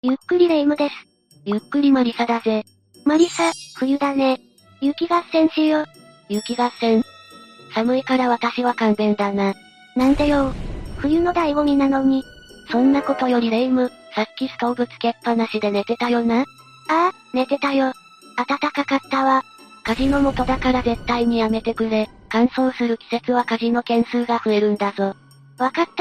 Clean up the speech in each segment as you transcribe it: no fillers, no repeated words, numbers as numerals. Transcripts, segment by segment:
ゆっくりレ夢ムです。 ゆっくりマリサだぜ。 マリサ、冬だね。雪合戦しよ。 雪合戦。寒いから私は勘弁だな。 なんでよ。冬の醍醐味なのに。 そんなことよりレ夢ム、さっきストーブつけっぱなしで寝てたよな。 ああ、寝てたよ。暖かかったわ。 火事の元だから絶対にやめてくれ。乾燥する季節は火事の件数が増えるんだぞ。 わかった。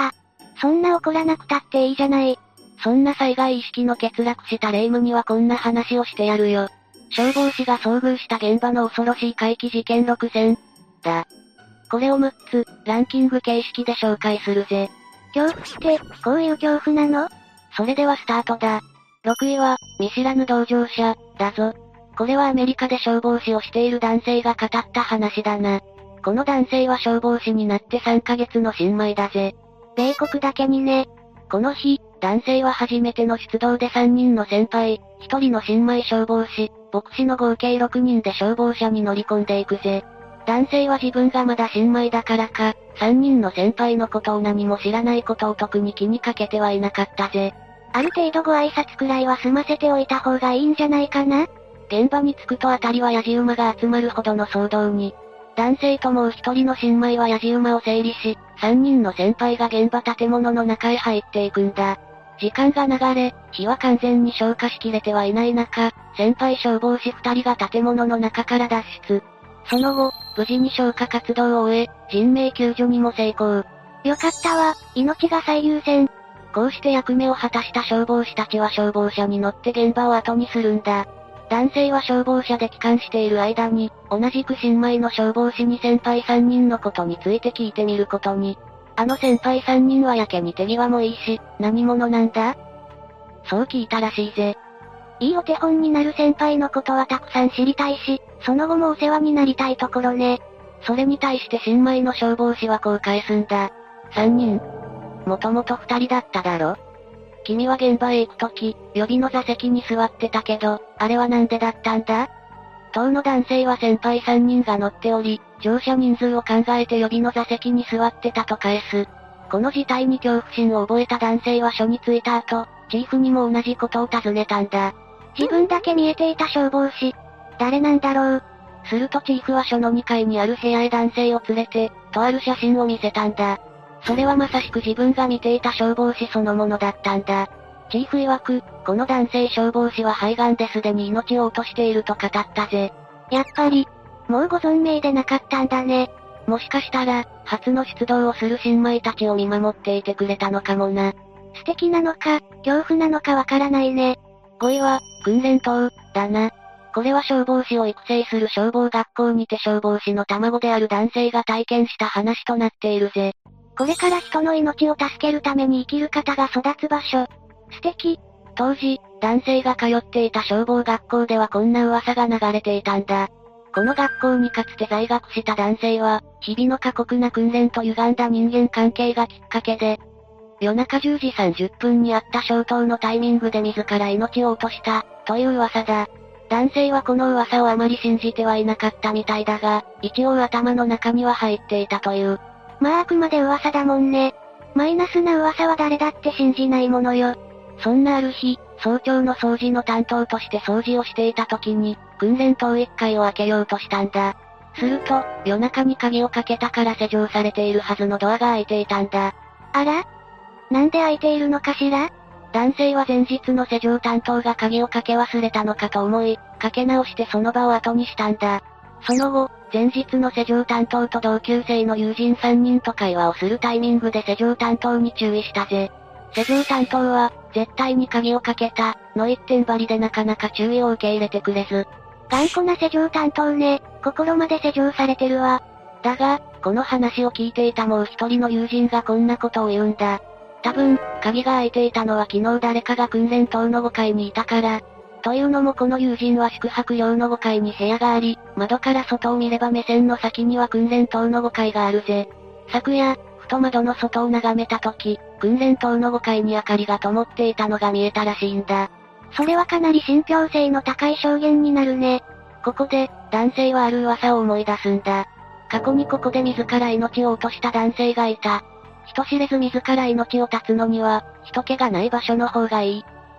そんな怒らなくたっていいじゃない。 そんな災害意識の欠落したレ夢ムにはこんな話をしてやるよ。消防士が遭遇した現場の恐ろしい怪奇事件6選。だ。これを6つ、ランキング形式で紹介するぜ。 恐怖って、こういう恐怖なの？ それではスタートだ。6位は、見知らぬ同乗者、だぞ。これはアメリカで消防士をしている男性が語った話だな。この男性は消防士になって3ヶ月の新米だぜ。 米国だけにね。 この日、男性は初めての出動で3人の先輩、1人の新米消防士、牧師の合計6人で消防車に乗り込んでいくぜ。男性は自分がまだ新米だからか、3人の先輩のことを何も知らないことを特に気にかけてはいなかったぜ。 ある程度ご挨拶くらいは済ませておいた方がいいんじゃないかな？ 現場に着くとあたりはヤジ馬が集まるほどの騒動に。男性ともう一人の新米はヤジ馬を整理し、3人の先輩が現場建物の中へ入っていくんだ。時間が流れ、火は完全に消火しきれてはいない中、先輩消防士2人が建物の中から脱出。その後、無事に消火活動を終え、人命救助にも成功。 よかったわ、命が最優先。 こうして役目を果たした消防士たちは消防車に乗って現場を後にするんだ。男性は消防車で帰還している間に、同じく新米の消防士に先輩3人のことについて聞いてみることに。あの先輩3人はやけに手際もいいし、何者なんだ？そう聞いたらしいぜ。 いいお手本になる先輩のことはたくさん知りたいし、その後もお世話になりたいところね。 それに対して新米の消防士はこう返すんだ。3人。もともと2人だっただろ？君は現場へ行くとき、予備の座席に座ってたけど、あれはなんでだったんだ？当の男性は先輩3人が乗っており、乗車人数を考えて予備の座席に座ってたと返す。この事態に恐怖心を覚えた男性は署に着いた後、チーフにも同じことを尋ねたんだ。 自分だけ見えていた消防士。誰なんだろう。 するとチーフは署の2階にある部屋へ男性を連れて、とある写真を見せたんだ。それはまさしく自分が見ていた消防士そのものだったんだ。チーフ曰く、この男性消防士は肺がんですでに命を落としていると語ったぜ。 やっぱり、もうご存命でなかったんだね。 もしかしたら、初の出動をする新米たちを見守っていてくれたのかもな。 素敵なのか、恐怖なのかわからないね。 5位は、訓練棟、だな。これは消防士を育成する消防学校にて消防士の卵である男性が体験した話となっているぜ。 これから人の命を助けるために生きる方が育つ場所。素敵。 当時、男性が通っていた消防学校ではこんな噂が流れていたんだ。この学校にかつて在学した男性は、日々の過酷な訓練と歪んだ人間関係がきっかけで、夜中10時30分にあった消灯のタイミングで自ら命を落とした、という噂だ。男性はこの噂をあまり信じてはいなかったみたいだが、一応頭の中には入っていたという。 まああくまで噂だもんね。マイナスな噂は誰だって信じないものよ。 そんなある日、早朝の掃除の担当として掃除をしていた時に、訓練棟1階を開けようとしたんだ。すると、夜中に鍵をかけたから施錠されているはずのドアが開いていたんだ。 あら？なんで開いているのかしら？ 男性は前日の施錠担当が鍵をかけ忘れたのかと思い、かけ直してその場を後にしたんだ。その後、前日の施錠担当と同級生の友人3人と会話をするタイミングで施錠担当に注意したぜ。施錠担当は、絶対に鍵をかけた、の一点張りでなかなか注意を受け入れてくれず。 頑固な施錠担当ね、心まで施錠されてるわ。 だが、この話を聞いていたもう一人の友人がこんなことを言うんだ。多分、鍵が開いていたのは昨日誰かが訓練棟の5階にいたから。というのもこの友人は宿泊寮の5階に部屋があり、窓から外を見れば目線の先には訓練棟の5階があるぜ。昨夜、ふと窓の外を眺めた時、訓練棟の5階に明かりが灯っていたのが見えたらしいんだ。 それはかなり信憑性の高い証言になるね。 ここで、男性はある噂を思い出すんだ。過去にここで自ら命を落とした男性がいた。人知れず自ら命を絶つのには、人気がない場所の方がいい。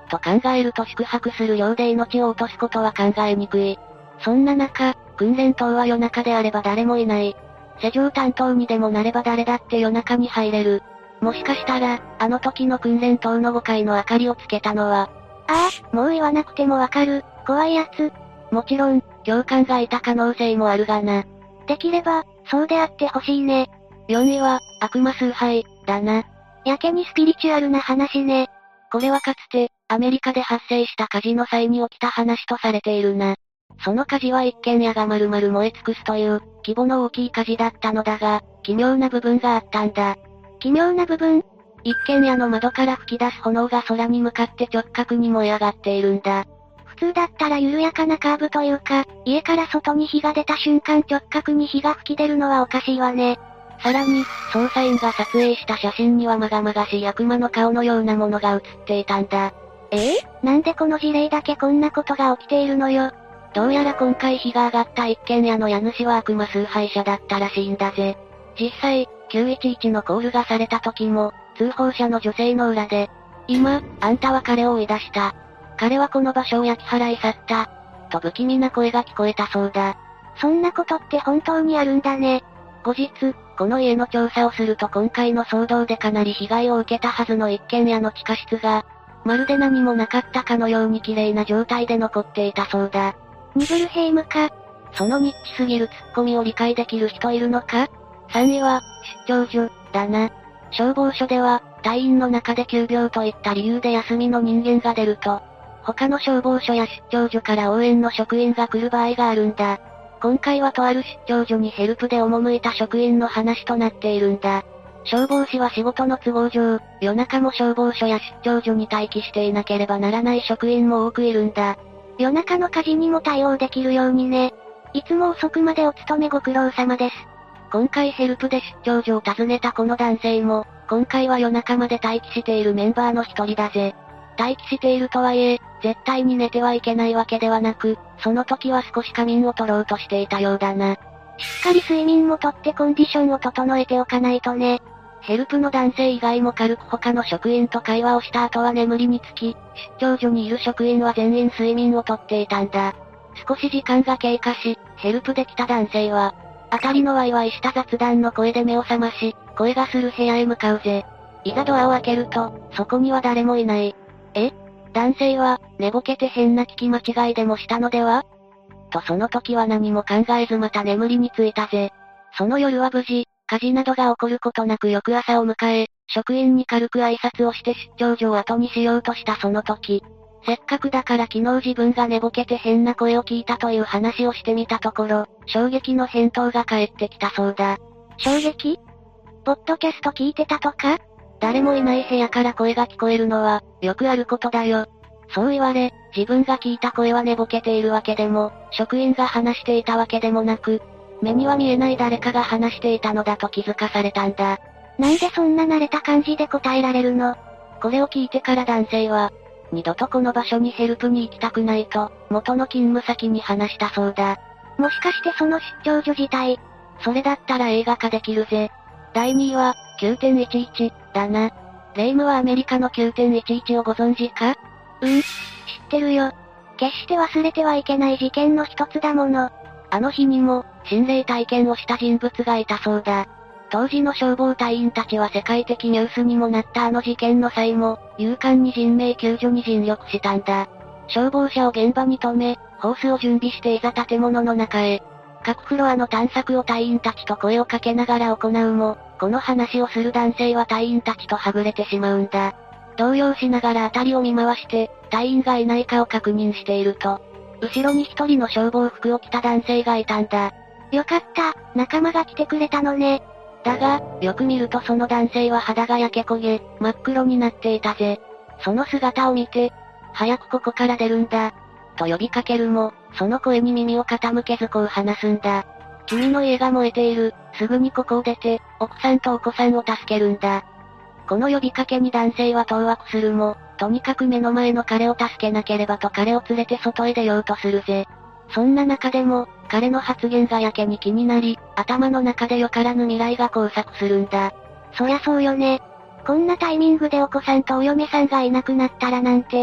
と考えると宿泊するようで命を落とすことは考えにくい。そんな中、訓練棟は夜中であれば誰もいない。施錠担当にでもなれば誰だって夜中に入れる。もしかしたら、あの時の訓練棟の5階の明かりをつけたのは、 ああ、もう言わなくてもわかる、怖いやつ。 もちろん、教官がいた可能性もあるがな。 できれば、そうであってほしいね。 4位は、悪魔崇拝、だな。 やけにスピリチュアルな話ね。 これはかつて、アメリカで発生した火事の際に起きた話とされているな。その火事は一軒家が丸々燃え尽くすという、規模の大きい火事だったのだが、奇妙な部分があったんだ。 奇妙な部分？ 一軒家の窓から吹き出す炎が空に向かって直角に燃え上がっているんだ。 普通だったら緩やかなカーブというか、家から外に火が出た瞬間直角に火が吹き出るのはおかしいわね。 さらに、捜査員が撮影した写真にはまがまがしい悪魔の顔のようなものが写っていたんだ。 なんでこの事例だけこんなことが起きているのよ。 どうやら今回火が上がった一軒家の家主は悪魔崇拝者だったらしいんだぜ。実際、911のコールがされた時も、通報者の女性の裏で、今、あんたは彼を追い出した。彼はこの場所を焼き払い去った。と不気味な声が聞こえたそうだ。 そんなことって本当にあるんだね。 後日、この家の調査をすると今回の騒動でかなり被害を受けたはずの一軒家の地下室が、まるで何もなかったかのように綺麗な状態で残っていたそうだ。 ニブルヘイムか。 そのニッチすぎるツッコミを理解できる人いるのか？ 3 位は、出張所、だな。消防署では、隊員の中で急病といった理由で休みの人間が出ると、他の消防署や出張所から応援の職員が来る場合があるんだ。今回はとある出張所にヘルプで赴いた職員の話となっているんだ。消防士は仕事の都合上、夜中も消防署や出張所に待機していなければならない職員も多くいるんだ。 夜中の火事にも対応できるようにね。いつも遅くまでお勤めご苦労様です。 今回ヘルプで出張所を訪ねたこの男性も、今回は夜中まで待機しているメンバーの一人だぜ。待機しているとはいえ、絶対に寝てはいけないわけではなく、その時は少し仮眠を取ろうとしていたようだな。 しっかり睡眠もとってコンディションを整えておかないとね。 ヘルプの男性以外も軽く他の職員と会話をした後は眠りにつき、出張所にいる職員は全員睡眠をとっていたんだ。少し時間が経過し、ヘルプで来た男性は、辺りのワイワイした雑談の声で目を覚まし、声がする部屋へ向かうぜ。いざドアを開けると、そこには誰もいない。男性は、寝ぼけて変な聞き間違いでもしたのでは？とその時は何も考えずまた眠りについたぜ。その夜は無事、火事などが起こることなく翌朝を迎え、職員に軽く挨拶をして出張所を後にしようとしたその時。せっかくだから昨日自分が寝ぼけて変な声を聞いたという話をしてみたところ、衝撃の返答が返ってきたそうだ。 衝撃？ポッドキャスト聞いてたとか？ 誰もいない部屋から声が聞こえるのは、よくあることだよ。そう言われ、自分が聞いた声は寝ぼけているわけでも、職員が話していたわけでもなく、目には見えない誰かが話していたのだと気づかされたんだ。 なんでそんな慣れた感じで答えられるの？ これを聞いてから男性は、二度とこの場所にヘルプに行きたくないと、元の勤務先に話したそうだ。 もしかしてその出張所自体、 それだったら映画化できるぜ。第2位は、9.11、だな。レイムはアメリカの9.11をご存知か？ 知ってるよ。決して忘れてはいけない事件の一つだもの。 あの日にも、心霊体験をした人物がいたそうだ。当時の消防隊員たちは世界的ニュースにもなったあの事件の際も、勇敢に人命救助に尽力したんだ。消防車を現場に止め、ホースを準備していざ建物の中へ。各フロアの探索を隊員たちと声をかけながら行うも、この話をする男性は隊員たちとはぐれてしまうんだ。動揺しながら辺りを見回して、隊員がいないかを確認していると、後ろに一人の消防服を着た男性がいたんだ。 よかった、仲間が来てくれたのね。 だが、よく見るとその男性は肌が焼け焦げ、真っ黒になっていたぜ。その姿を見て、早くここから出るんだ。と呼びかけるも、その声に耳を傾けずこう話すんだ。君の家が燃えている、すぐにここを出て、奥さんとお子さんを助けるんだ。この呼びかけに男性は当惑するも、とにかく目の前の彼を助けなければと彼を連れて外へ出ようとするぜ。そんな中でも、彼の発言がやけに気になり、頭の中でよからぬ未来が交錯するんだ。 そりゃそうよね。こんなタイミングでお子さんとお嫁さんがいなくなったらなんて、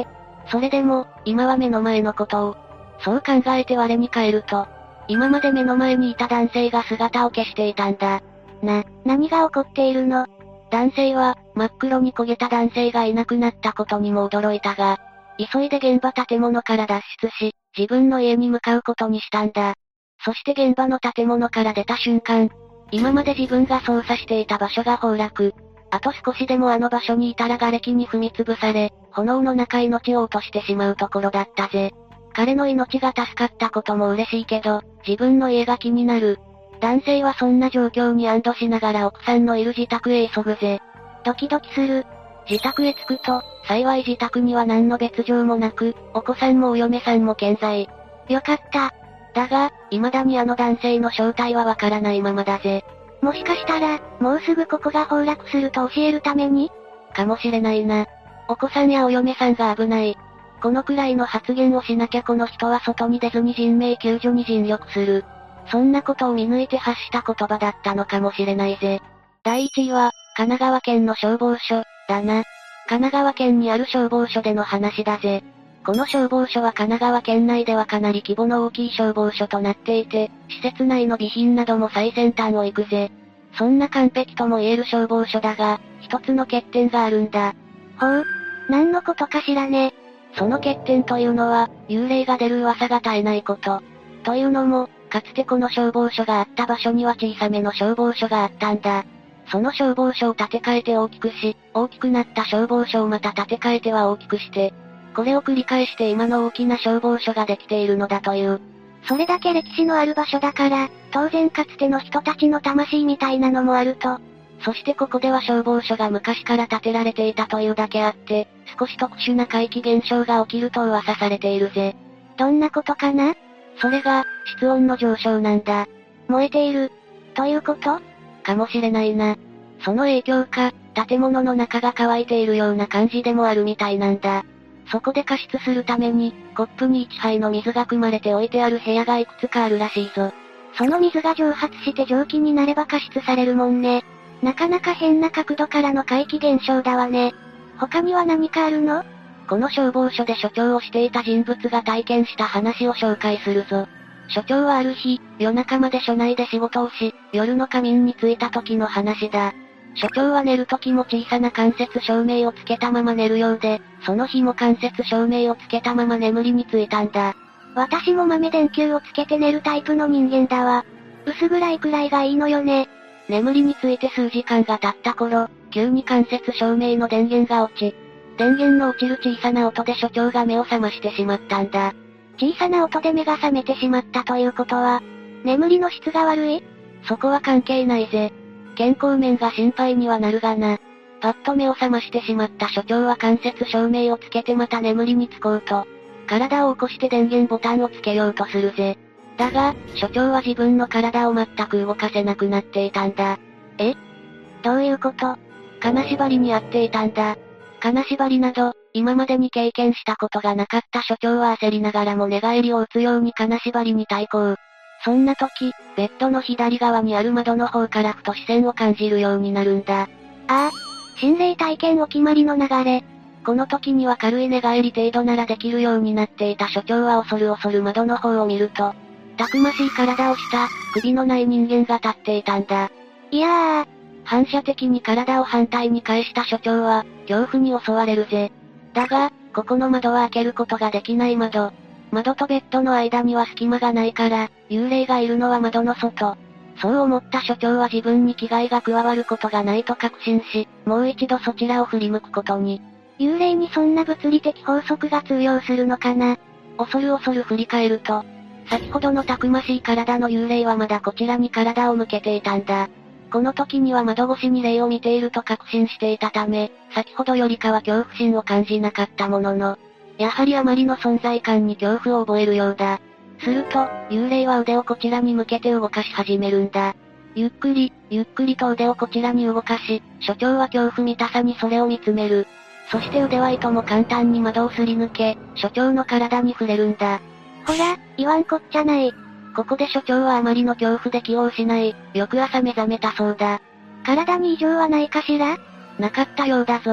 それでも、今は目の前のことを。そう考えて我に返ると、今まで目の前にいた男性が姿を消していたんだ。 何が起こっているの？ 男性は、真っ黒に焦げた男性がいなくなったことにも驚いたが、急いで現場建物から脱出し、自分の家に向かうことにしたんだ。そして現場の建物から出た瞬間、今まで自分が操作していた場所が崩落。あと少しでもあの場所にいたら瓦礫に踏みつぶされ、炎の中命を落としてしまうところだったぜ。彼の命が助かったことも嬉しいけど、自分の家が気になる。男性はそんな状況に安堵しながら奥さんのいる自宅へ急ぐぜ。 ドキドキする。 自宅へ着くと、幸い自宅には何の別状もなく、お子さんもお嫁さんも健在。 よかった。 だが、未だにあの男性の正体はわからないままだぜ。 もしかしたら、もうすぐここが崩落すると教えるために？ かもしれないな。お子さんやお嫁さんが危ない。このくらいの発言をしなきゃこの人は外に出ずに人命救助に尽力する。そんなことを見抜いて発した言葉だったのかもしれないぜ。第1位は、神奈川県の消防署、だな。神奈川県にある消防署での話だぜ。この消防署は神奈川県内ではかなり規模の大きい消防署となっていて、施設内の備品なども最先端を行くぜ。そんな完璧とも言える消防署だが、一つの欠点があるんだ。 ほう。何のことかしらね。 その欠点というのは、幽霊が出る噂が絶えないこと。というのも、かつてこの消防署があった場所には小さめの消防署があったんだ。その消防署を建て替えて大きくし、大きくなった消防署をまた建て替えては大きくして、これを繰り返して今の大きな消防署ができているのだという。 それだけ歴史のある場所だから、当然かつての人たちの魂みたいなのもあると。 そしてここでは消防署が昔から建てられていたというだけあって、少し特殊な怪奇現象が起きると噂されているぜ。 どんなことかな？ それが、室温の上昇なんだ。 燃えている。ということ？ かもしれないな。その影響か、建物の中が乾いているような感じでもあるみたいなんだ。そこで加湿するために、コップに1杯の水が汲まれて置いてある部屋がいくつかあるらしいぞ。 その水が蒸発して蒸気になれば加湿されるもんね。なかなか変な角度からの怪奇現象だわね。他には何かあるの？ この消防署で署長をしていた人物が体験した話を紹介するぞ。署長はある日、夜中まで署内で仕事をし、夜の仮眠に就いた時の話だ。署長は寝る時も小さな間接照明をつけたまま寝るようで、その日も間接照明をつけたまま眠りについたんだ。 私も豆電球をつけて寝るタイプの人間だわ。薄暗いくらいがいいのよね。 眠りについて数時間が経った頃、急に間接照明の電源が落ち、電源の落ちる小さな音で署長が目を覚ましてしまったんだ。 小さな音で目が覚めてしまったということは、眠りの質が悪い？ そこは関係ないぜ。健康面が心配にはなるがな。パッと目を覚ましてしまった署長は間接照明をつけてまた眠りにつこうと、体を起こして電源ボタンをつけようとするぜ。だが、署長は自分の体を全く動かせなくなっていたんだ。 どういうこと？ 金縛りにあっていたんだ。金縛りなど、今までに経験したことがなかった署長は焦りながらも寝返りを打つように金縛りに対抗。そんな時、ベッドの左側にある窓の方からふと視線を感じるようになるんだ。 ああ、心霊体験お決まりの流れ。 この時には軽い寝返り程度ならできるようになっていた署長は恐る恐る窓の方を見ると、たくましい体をした、首のない人間が立っていたんだ。 いやー、 反射的に体を反対に返した署長は、恐怖に襲われるぜ。だが、ここの窓は開けることができない窓。窓とベッドの間には隙間がないから、幽霊がいるのは窓の外。そう思った署長は自分に危害が加わることがないと確信し、もう一度そちらを振り向くことに。 幽霊にそんな物理的法則が通用するのかな？ 恐る恐る振り返ると、先ほどのたくましい体の幽霊はまだこちらに体を向けていたんだ。この時には窓越しに霊を見ていると確信していたため、先ほどよりかは恐怖心を感じなかったものの、やはりあまりの存在感に恐怖を覚えるようだ。すると、幽霊は腕をこちらに向けて動かし始めるんだ。ゆっくりと腕をこちらに動かし、署長は恐怖見たさにそれを見つめる。そして腕はいとも簡単に窓をすり抜け、署長の体に触れるんだ。 ほら、言わんこっちゃない。 ここで署長はあまりの恐怖で気を失い、翌朝目覚めたそうだ。 体に異常はないかしら？ なかったようだぞ。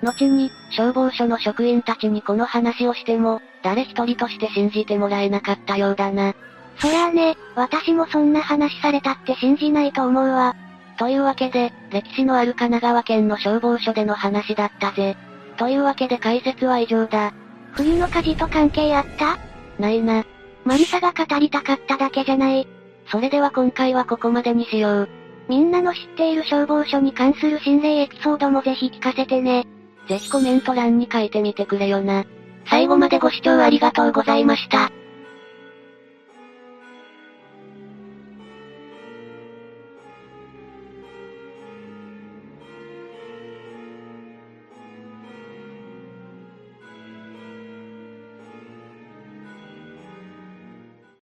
後に、消防署の職員たちにこの話をしても、誰一人として信じてもらえなかったようだな。 そりゃあね、私もそんな話されたって信じないと思うわ。 というわけで、歴史のある神奈川県の消防署での話だったぜ。というわけで解説は以上だ。 冬の火事と関係あった？ ないな。 マリサが語りたかっただけじゃない。 それでは今回はここまでにしよう。 みんなの知っている消防署に関する心霊エピソードもぜひ聞かせてね。 ぜひコメント欄に書いてみてくれよな。最後までご視聴ありがとうございました。